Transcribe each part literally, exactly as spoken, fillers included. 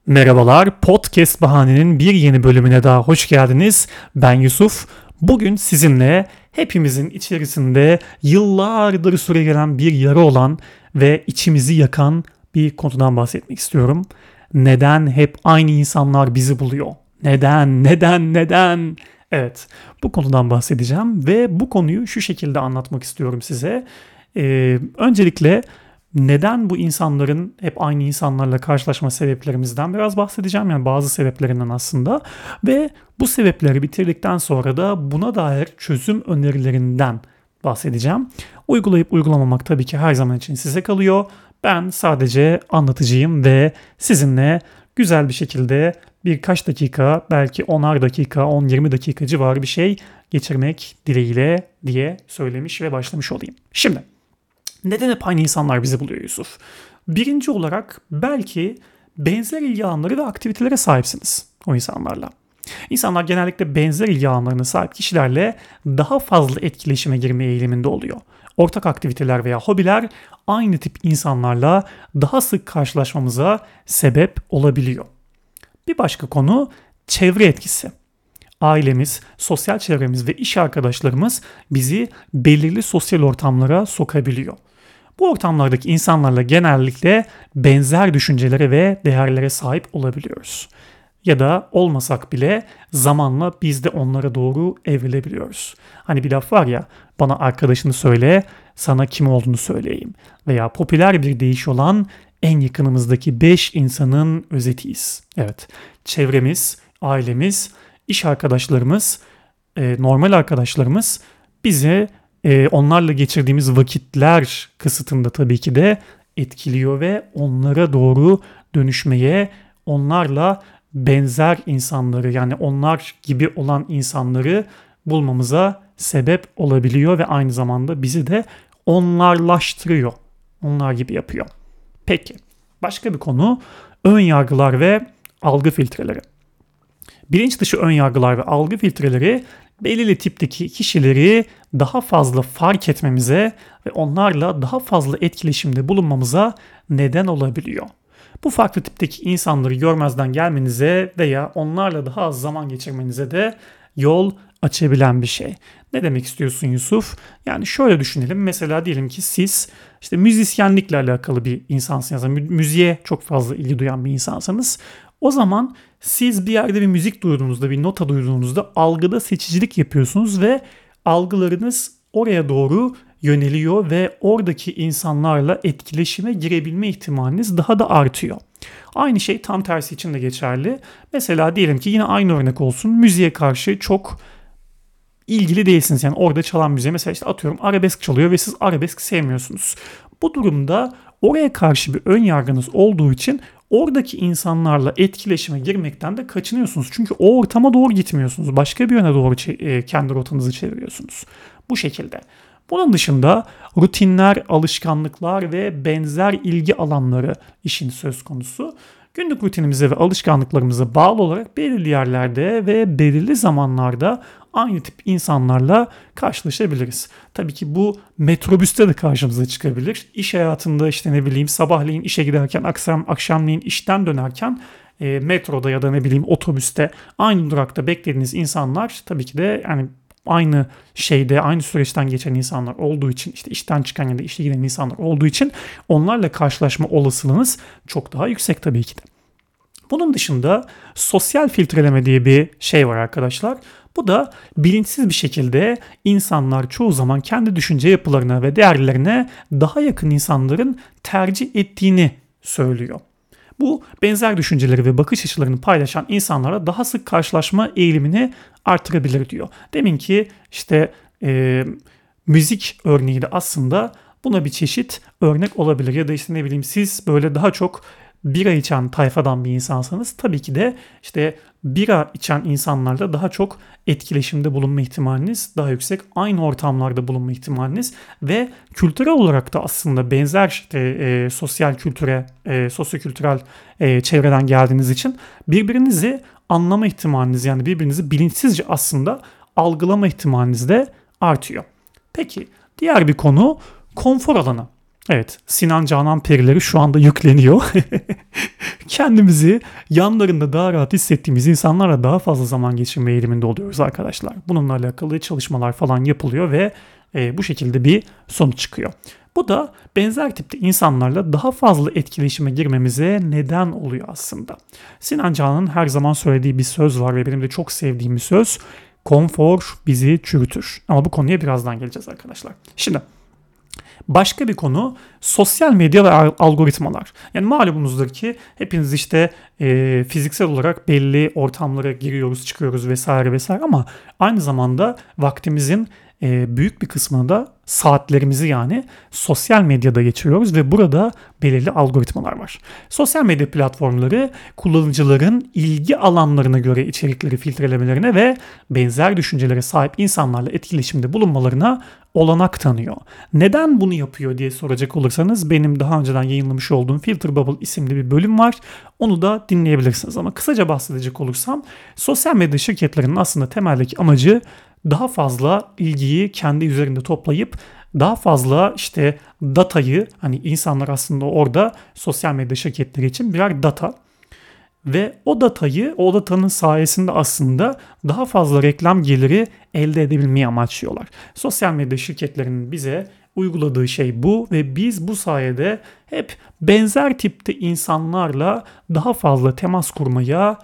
Merhabalar, Podcast Bahane'nin bir yeni bölümüne daha hoş geldiniz. Ben Yusuf. Bugün sizinle hepimizin içerisinde yıllardır süregelen bir yara olan ve içimizi yakan bir konudan bahsetmek istiyorum. Neden hep aynı insanlar bizi buluyor? Neden, neden, neden? Evet, bu konudan bahsedeceğim ve bu konuyu şu şekilde anlatmak istiyorum size. Ee, öncelikle neden bu insanların hep aynı insanlarla karşılaşma sebeplerimizden biraz bahsedeceğim. Yani bazı sebeplerinden aslında. Ve bu sebepleri bitirdikten sonra da buna dair çözüm önerilerinden bahsedeceğim. Uygulayıp uygulamamak tabii ki her zaman için size kalıyor. Ben sadece anlatıcıyım ve sizinle güzel bir şekilde birkaç dakika, belki onar dakika, on yirmi dakika civarı bir şey geçirmek dileğiyle diye söylemiş ve başlamış olayım. Şimdi neden hep aynı insanlar bizi buluyor Yusuf? Birinci olarak belki benzer ilgi alanları ve aktivitelere sahipsiniz o insanlarla. İnsanlar genellikle benzer ilgi alanlarına sahip kişilerle daha fazla etkileşime girme eğiliminde oluyor. Ortak aktiviteler veya hobiler aynı tip insanlarla daha sık karşılaşmamıza sebep olabiliyor. Bir başka konu çevre etkisi. Ailemiz, sosyal çevremiz ve iş arkadaşlarımız bizi belirli sosyal ortamlara sokabiliyor. Bu ortamlardaki insanlarla genellikle benzer düşüncelere ve değerlere sahip olabiliyoruz. Ya da olmasak bile zamanla biz de onlara doğru evrilebiliyoruz. Hani bir laf var ya, bana arkadaşını söyle, sana kim olduğunu söyleyeyim. Veya popüler bir deyiş olan en yakınımızdaki beş insanın özetiyiz. Evet, çevremiz, ailemiz, iş arkadaşlarımız, e, normal arkadaşlarımız bize e, onlarla geçirdiğimiz vakitler kısıtında tabii ki de etkiliyor ve onlara doğru dönüşmeye, onlarla benzer insanları, yani onlar gibi olan insanları bulmamıza sebep olabiliyor ve aynı zamanda bizi de onlarlaştırıyor. Onlar gibi yapıyor. Peki, başka bir konu ön yargılar ve algı filtreleri. Bilinç dışı ön yargılar ve algı filtreleri belirli tipteki kişileri daha fazla fark etmemize ve onlarla daha fazla etkileşimde bulunmamıza neden olabiliyor. Bu farklı tipteki insanları görmezden gelmenize veya onlarla daha az zaman geçirmenize de yol açabilen bir şey. Ne demek istiyorsun Yusuf? Yani şöyle düşünelim. Mesela diyelim ki siz işte müzisyenlikle alakalı bir insansınız. Yani müziğe çok fazla ilgi duyan bir insansınız. O zaman siz bir yerde bir müzik duyduğunuzda, bir nota duyduğunuzda algıda seçicilik yapıyorsunuz ve algılarınız oraya doğru yöneliyor ve oradaki insanlarla etkileşime girebilme ihtimaliniz daha da artıyor. Aynı şey tam tersi için de geçerli. Mesela diyelim ki yine aynı örnek olsun. Müziğe karşı çok ilgili değilsiniz. Yani orada çalan müziğe mesela işte atıyorum arabesk çalıyor ve siz arabesk sevmiyorsunuz. Bu durumda oraya karşı bir ön yargınız olduğu için oradaki insanlarla etkileşime girmekten de kaçınıyorsunuz. Çünkü o ortama doğru gitmiyorsunuz. Başka bir yöne doğru kendi rotanızı çeviriyorsunuz. Bu şekilde. Bunun dışında rutinler, alışkanlıklar ve benzer ilgi alanları işin söz konusu. Günlük rutinimize ve alışkanlıklarımıza bağlı olarak belirli yerlerde ve belirli zamanlarda aynı tip insanlarla karşılaşabiliriz. Tabii ki bu metrobüste de karşımıza çıkabilir. İş hayatında işte ne bileyim sabahleyin işe giderken, akşam akşamleyin işten dönerken e, metroda ya da ne bileyim otobüste aynı durakta beklediğiniz insanlar tabii ki de yani aynı şeyde, aynı süreçten geçen insanlar olduğu için, işte işten çıkan ya da işe giden insanlar olduğu için onlarla karşılaşma olasılığınız çok daha yüksek tabii ki de. Bunun dışında sosyal filtreleme diye bir şey var arkadaşlar. Bu da bilinçsiz bir şekilde insanlar çoğu zaman kendi düşünce yapılarına ve değerlerine daha yakın insanların tercih ettiğini söylüyor. Bu benzer düşünceleri ve bakış açılarını paylaşan insanlara daha sık karşılaşma eğilimini artırabilir diyor. Deminki işte e, müzik örneği de aslında buna bir çeşit örnek olabilir. Ya da işte ne bileyim siz böyle daha çok bira içen tayfadan bir insansanız tabii ki de işte bira içen insanlarla daha çok etkileşimde bulunma ihtimaliniz daha yüksek. Aynı ortamlarda bulunma ihtimaliniz ve kültürel olarak da aslında benzer işte, e, sosyal kültüre, e, sosyokültürel e, çevreden geldiğiniz için birbirinizi anlama ihtimaliniz, yani birbirinizi bilinçsizce aslında algılama ihtimaliniz de artıyor. Peki diğer bir konu konfor alanı. Evet, Sinan Canan perileri şu anda yükleniyor. Kendimizi yanlarında daha rahat hissettiğimiz insanlarla daha fazla zaman geçirme eğiliminde oluyoruz arkadaşlar. Bununla alakalı çalışmalar falan yapılıyor ve e, bu şekilde bir sonuç çıkıyor. Bu da benzer tipte insanlarla daha fazla etkileşime girmemize neden oluyor aslında. Sinan Canan'ın her zaman söylediği bir söz var ve benim de çok sevdiğim bir söz. Konfor bizi çürütür. Ama bu konuya birazdan geleceğiz arkadaşlar. Şimdi başka bir konu sosyal medya ve algoritmalar. Yani malumunuzdur ki hepiniz işte e, fiziksel olarak belli ortamlara giriyoruz, çıkıyoruz vesaire vesaire ama aynı zamanda vaktimizin e, büyük bir kısmını da saatlerimizi yani sosyal medyada geçiriyoruz ve burada belirli algoritmalar var. Sosyal medya platformları kullanıcıların ilgi alanlarına göre içerikleri filtrelemelerine ve benzer düşüncelere sahip insanlarla etkileşimde bulunmalarına olanak tanıyor. Neden bunu yapıyor diye soracak olursanız benim daha önceden yayınlamış olduğum Filter Bubble isimli bir bölüm var. Onu da dinleyebilirsiniz ama kısaca bahsedecek olursam sosyal medya şirketlerinin aslında temeldeki amacı daha fazla ilgiyi kendi üzerinde toplayıp daha fazla işte datayı hani insanlar aslında orada sosyal medya şirketleri için birer data ve o datayı o datanın sayesinde aslında daha fazla reklam geliri elde edebilmeyi amaçlıyorlar. Sosyal medya şirketlerinin bize uyguladığı şey bu ve biz bu sayede hep benzer tipte insanlarla daha fazla temas kurmaya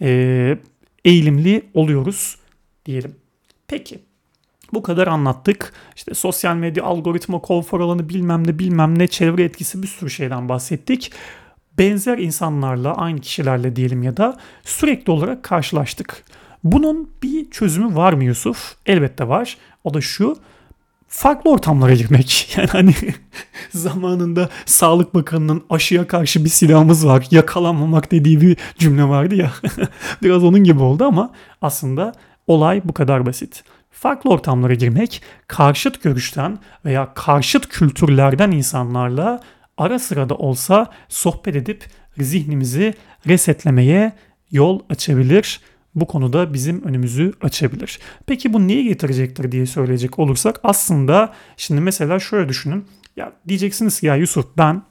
e, eğilimli oluyoruz diyelim. Peki bu kadar anlattık. İşte sosyal medya, algoritma, konfor alanı bilmem ne bilmem ne çevre etkisi bir sürü şeyden bahsettik. Benzer insanlarla aynı kişilerle diyelim ya da sürekli olarak karşılaştık. Bunun bir çözümü var mı Yusuf? Elbette var. O da şu. Farklı ortamlara girmek. Yani hani zamanında Sağlık Bakanı'nın aşıya karşı bir silahımız var, yakalanmamak dediği bir cümle vardı ya. Biraz onun gibi oldu ama aslında olay bu kadar basit. Farklı ortamlara girmek, karşıt görüşten veya karşıt kültürlerden insanlarla ara sıra da olsa sohbet edip zihnimizi resetlemeye yol açabilir. Bu konuda bizim önümüzü açabilir. Peki bu neyi getirecektir diye söyleyecek olursak aslında şimdi mesela şöyle düşünün. Ya diyeceksiniz ki ya Yusuf ben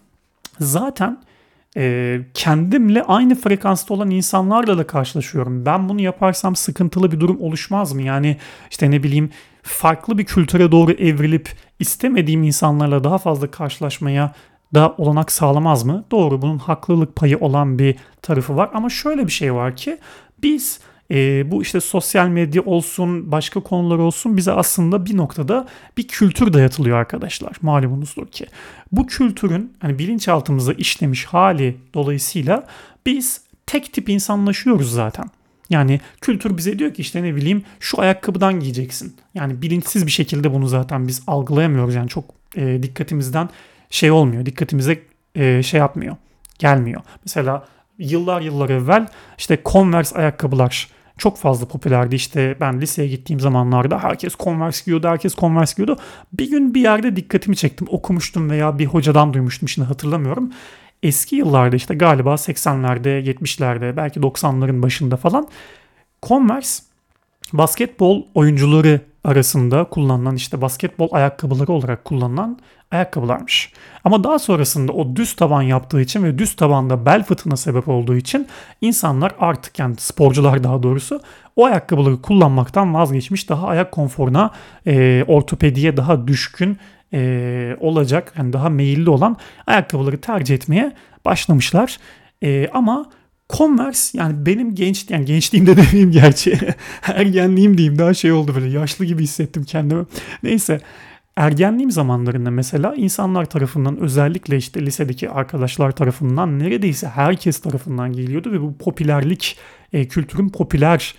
zaten e, kendimle aynı frekansta olan insanlarla da karşılaşıyorum. Ben bunu yaparsam sıkıntılı bir durum oluşmaz mı? Yani işte ne bileyim farklı bir kültüre doğru evrilip istemediğim insanlarla daha fazla karşılaşmaya da olanak sağlamaz mı? Doğru, bunun haklılık payı olan bir tarafı var ama şöyle bir şey var ki biz e, bu işte sosyal medya olsun başka konular olsun bize aslında bir noktada bir kültür dayatılıyor arkadaşlar, malumunuzdur ki. Bu kültürün hani bilinçaltımıza işlemiş hali dolayısıyla biz tek tip insanlaşıyoruz zaten. Yani kültür bize diyor ki işte ne bileyim şu ayakkabıdan giyeceksin. Yani bilinçsiz bir şekilde bunu zaten biz algılayamıyoruz yani çok e, dikkatimizden şey olmuyor, dikkatimize e, şey yapmıyor, gelmiyor. Mesela yıllar yıllar evvel işte Converse ayakkabılar çok fazla popülerdi. İşte ben liseye gittiğim zamanlarda herkes Converse giyiyordu, herkes Converse giyiyordu. Bir gün bir yerde dikkatimi çektim, okumuştum veya bir hocadan duymuştum, şimdi hatırlamıyorum. Eski yıllarda işte galiba seksenlerde, yetmişlerde, belki doksanların başında falan Converse basketbol oyuncuları arasında kullanılan işte basketbol ayakkabıları olarak kullanılan ayakkabılarmış. Ama daha sonrasında o düz taban yaptığı için ve düz tabanda bel fıtığına sebep olduğu için insanlar artık yani sporcular daha doğrusu o ayakkabıları kullanmaktan vazgeçmiş. Daha ayak konforuna, e, ortopediye daha düşkün e, olacak yani daha meyilli olan ayakkabıları tercih etmeye başlamışlar. E, ama Converse yani benim genç yani gençliğimde demeyeyim gerçi ergenliğim diyeyim daha şey oldu böyle yaşlı gibi hissettim kendimi. Neyse ergenliğim zamanlarında mesela insanlar tarafından özellikle işte lisedeki arkadaşlar tarafından neredeyse herkes tarafından giyiliyordu ve bu popülerlik e, kültürün popüler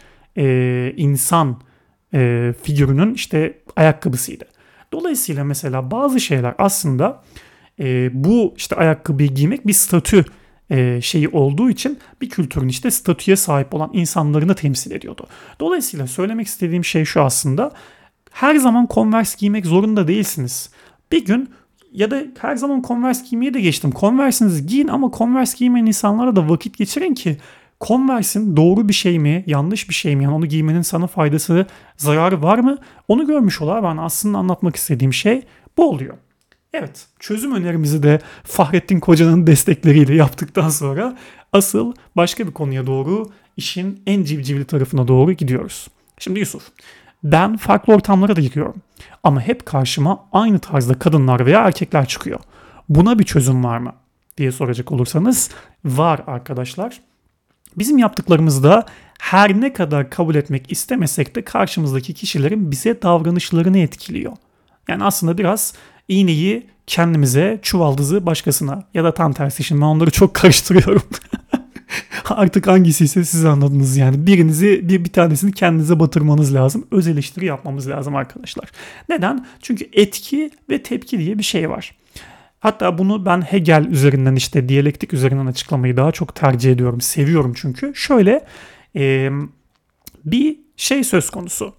e, insan e, figürünün işte ayakkabısıydı. Dolayısıyla mesela bazı şeyler aslında e, bu işte ayakkabıyı giymek bir statü e, şeyi olduğu için bir kültürün işte statüye sahip olan insanlarını temsil ediyordu. Dolayısıyla söylemek istediğim şey şu aslında. Her zaman Converse giymek zorunda değilsiniz. Bir gün ya da her zaman Converse giymeye de geçtim. Converse'inizi giyin ama Converse giymeyen insanlara da vakit geçirin ki Converse'in doğru bir şey mi, yanlış bir şey mi? Yani onu giymenin sana faydası, zararı var mı? Onu görmüş olar. Ben aslında anlatmak istediğim şey bu oluyor. Evet, çözüm önerimizi de Fahrettin Koca'nın destekleriyle yaptıktan sonra asıl başka bir konuya doğru, işin en civcivli tarafına doğru gidiyoruz. Şimdi Yusuf, ben farklı ortamlara da giriyorum. Ama hep karşıma aynı tarzda kadınlar veya erkekler çıkıyor. Buna bir çözüm var mı diye soracak olursanız, var arkadaşlar. Bizim yaptıklarımızda her ne kadar kabul etmek istemesek de karşımızdaki kişilerin bize davranışlarını etkiliyor. Yani aslında biraz iğneyi kendimize, çuvaldızı başkasına, ya da tam tersi, şimdi ben onları çok karıştırıyorum. Artık hangisiyse siz anladınız yani. Birinizi, bir, bir tanesini kendinize batırmanız lazım. Öz eleştiri yapmamız lazım arkadaşlar. Neden? Çünkü etki ve tepki diye bir şey var. Hatta bunu ben Hegel üzerinden, işte diyalektik üzerinden açıklamayı daha çok tercih ediyorum. Seviyorum çünkü. Şöyle e, bir şey söz konusu.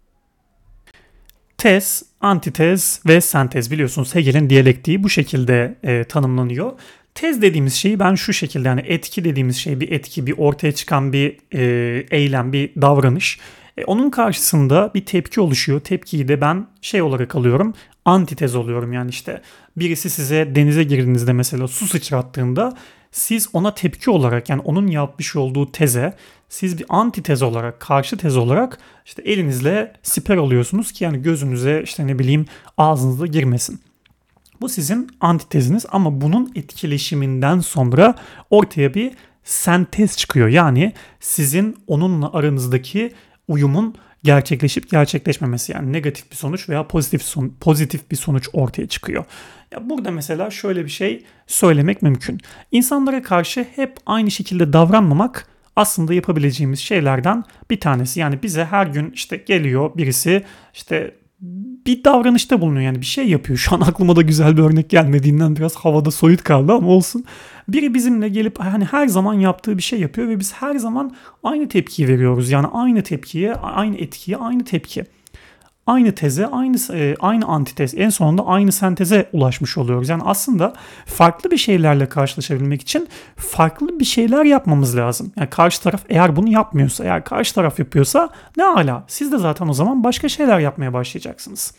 Tez, antitez ve sentez, biliyorsunuz Hegel'in diyalektiği bu şekilde e, tanımlanıyor. Tez dediğimiz şeyi ben şu şekilde, yani etki dediğimiz şey bir etki, bir ortaya çıkan bir e, eylem, bir davranış. E, onun karşısında bir tepki oluşuyor. Tepkiyi de ben şey olarak alıyorum, antitez oluyorum. Yani işte birisi size denize girdiğinizde mesela su sıçrattığında siz ona tepki olarak, yani onun yapmış olduğu teze siz bir antitez olarak, karşı tez olarak işte elinizle siper alıyorsunuz ki yani gözünüze, işte ne bileyim, ağzınıza girmesin. Bu sizin antiteziniz, ama bunun etkileşiminden sonra ortaya bir sentez çıkıyor. Yani sizin onunla aranızdaki uyumun gerçekleşip gerçekleşmemesi, yani negatif bir sonuç veya pozitif son, pozitif bir sonuç ortaya çıkıyor. Ya burada mesela şöyle bir şey söylemek mümkün. İnsanlara karşı hep aynı şekilde davranmamak aslında yapabileceğimiz şeylerden bir tanesi. Yani bize her gün işte geliyor birisi, işte bir davranışta bulunuyor, yani bir şey yapıyor. Şu an aklıma da güzel bir örnek gelmediğinden biraz havada soyut kaldı ama olsun. Biri bizimle gelip hani her zaman yaptığı bir şey yapıyor ve biz her zaman aynı tepkiyi veriyoruz. Yani aynı tepkiye, aynı etkiye, aynı tepki. Aynı teze, aynı e, aynı antitez, en sonunda aynı senteze ulaşmış oluyoruz. Yani aslında farklı bir şeylerle karşılaşabilmek için farklı bir şeyler yapmamız lazım. Yani karşı taraf eğer bunu yapmıyorsa, eğer karşı taraf yapıyorsa ne ala. Siz de zaten o zaman başka şeyler yapmaya başlayacaksınız.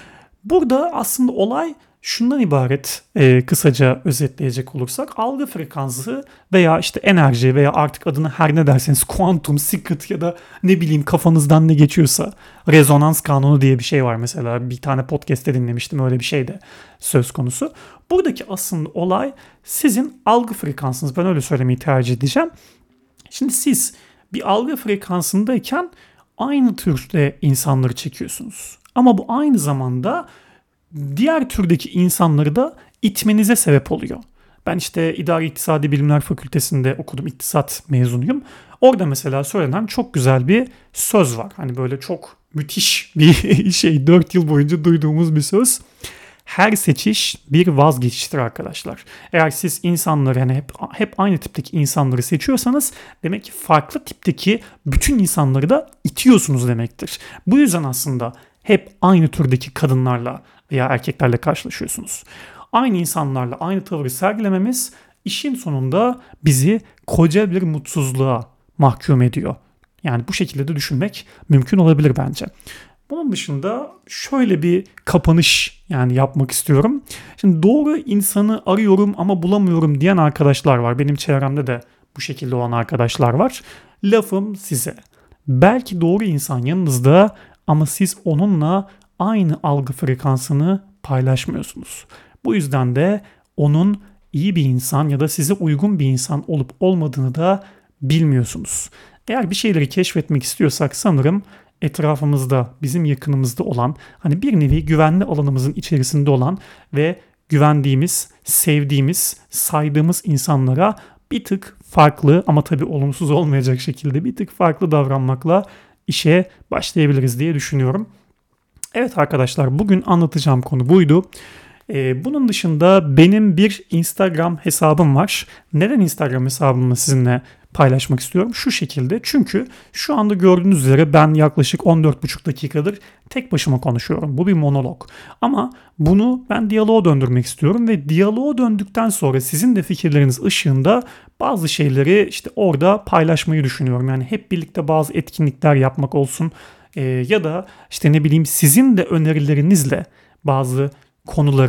Burada aslında olay şundan ibaret, e, kısaca özetleyecek olursak, algı frekansı veya işte enerji veya artık adını her ne derseniz, kuantum, secret ya da ne bileyim kafanızdan ne geçiyorsa, rezonans kanunu diye bir şey var mesela, bir tane podcast'te dinlemiştim, öyle bir şey de söz konusu. Buradaki aslında olay sizin algı frekansınız, ben öyle söylemeyi tercih edeceğim. Şimdi siz bir algı frekansındayken aynı türde insanları çekiyorsunuz. Ama bu aynı zamanda diğer türdeki insanları da itmenize sebep oluyor. Ben işte İdari İktisadi Bilimler Fakültesi'nde okudum, iktisat mezunuyum. Orada mesela söylenen çok güzel bir söz var. Hani böyle çok müthiş bir şey, dört yıl boyunca duyduğumuz bir söz. Her seçiş bir vazgeçiştir arkadaşlar. Eğer siz insanları, yani hep hep aynı tipteki insanları seçiyorsanız, demek ki farklı tipteki bütün insanları da itiyorsunuz demektir. Bu yüzden aslında hep aynı türdeki kadınlarla veya erkeklerle karşılaşıyorsunuz. Aynı insanlarla aynı tavırı sergilememiz işin sonunda bizi koca bir mutsuzluğa mahkum ediyor. Yani bu şekilde de düşünmek mümkün olabilir bence. Bunun dışında şöyle bir kapanış yani yapmak istiyorum. Şimdi doğru insanı arıyorum ama bulamıyorum diyen arkadaşlar var. Benim çevremde de bu şekilde olan arkadaşlar var. Lafım size. Belki doğru insan yanınızda ama siz onunla aynı algı frekansını paylaşmıyorsunuz. Bu yüzden de onun iyi bir insan ya da size uygun bir insan olup olmadığını da bilmiyorsunuz. Eğer bir şeyleri keşfetmek istiyorsak sanırım etrafımızda, bizim yakınımızda olan, hani bir nevi güvenli alanımızın içerisinde olan ve güvendiğimiz, sevdiğimiz, saydığımız insanlara bir tık farklı, ama tabii olumsuz olmayacak şekilde bir tık farklı davranmakla işe başlayabiliriz diye düşünüyorum. Evet arkadaşlar, bugün anlatacağım konu buydu. Ee, bunun dışında benim bir Instagram hesabım var. Neden Instagram hesabımı sizinle paylaşmak istiyorum? Şu şekilde, çünkü şu anda gördüğünüz üzere ben yaklaşık on dört buçuk dakikadır tek başıma konuşuyorum. Bu bir monolog. Ama bunu ben diyaloğa döndürmek istiyorum ve diyaloğa döndükten sonra sizin de fikirleriniz ışığında bazı şeyleri işte orada paylaşmayı düşünüyorum. Yani hep birlikte bazı etkinlikler yapmak olsun ee, ya da işte ne bileyim sizin de önerilerinizle bazı konulara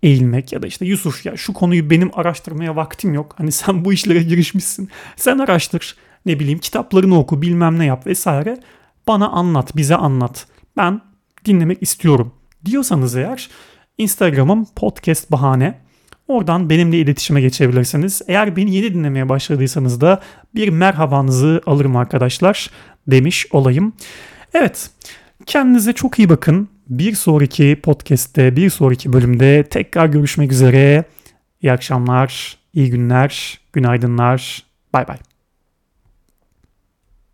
eğilmek ya da işte Yusuf ya şu konuyu benim araştırmaya vaktim yok. Hani sen bu işlere girişmişsin. Sen araştır. Ne bileyim kitaplarını oku, bilmem ne yap vesaire. Bana anlat, bize anlat. Ben dinlemek istiyorum diyorsanız eğer Instagram'ım podcast bahane. Oradan benimle iletişime geçebilirsiniz. Eğer beni yeni dinlemeye başladıysanız da bir merhabanızı alırım arkadaşlar demiş olayım. Evet, kendinize çok iyi bakın. Bir sonraki podcast'te, bir sonraki bölümde tekrar görüşmek üzere. İyi akşamlar, iyi günler, günaydınlar. Bay bay.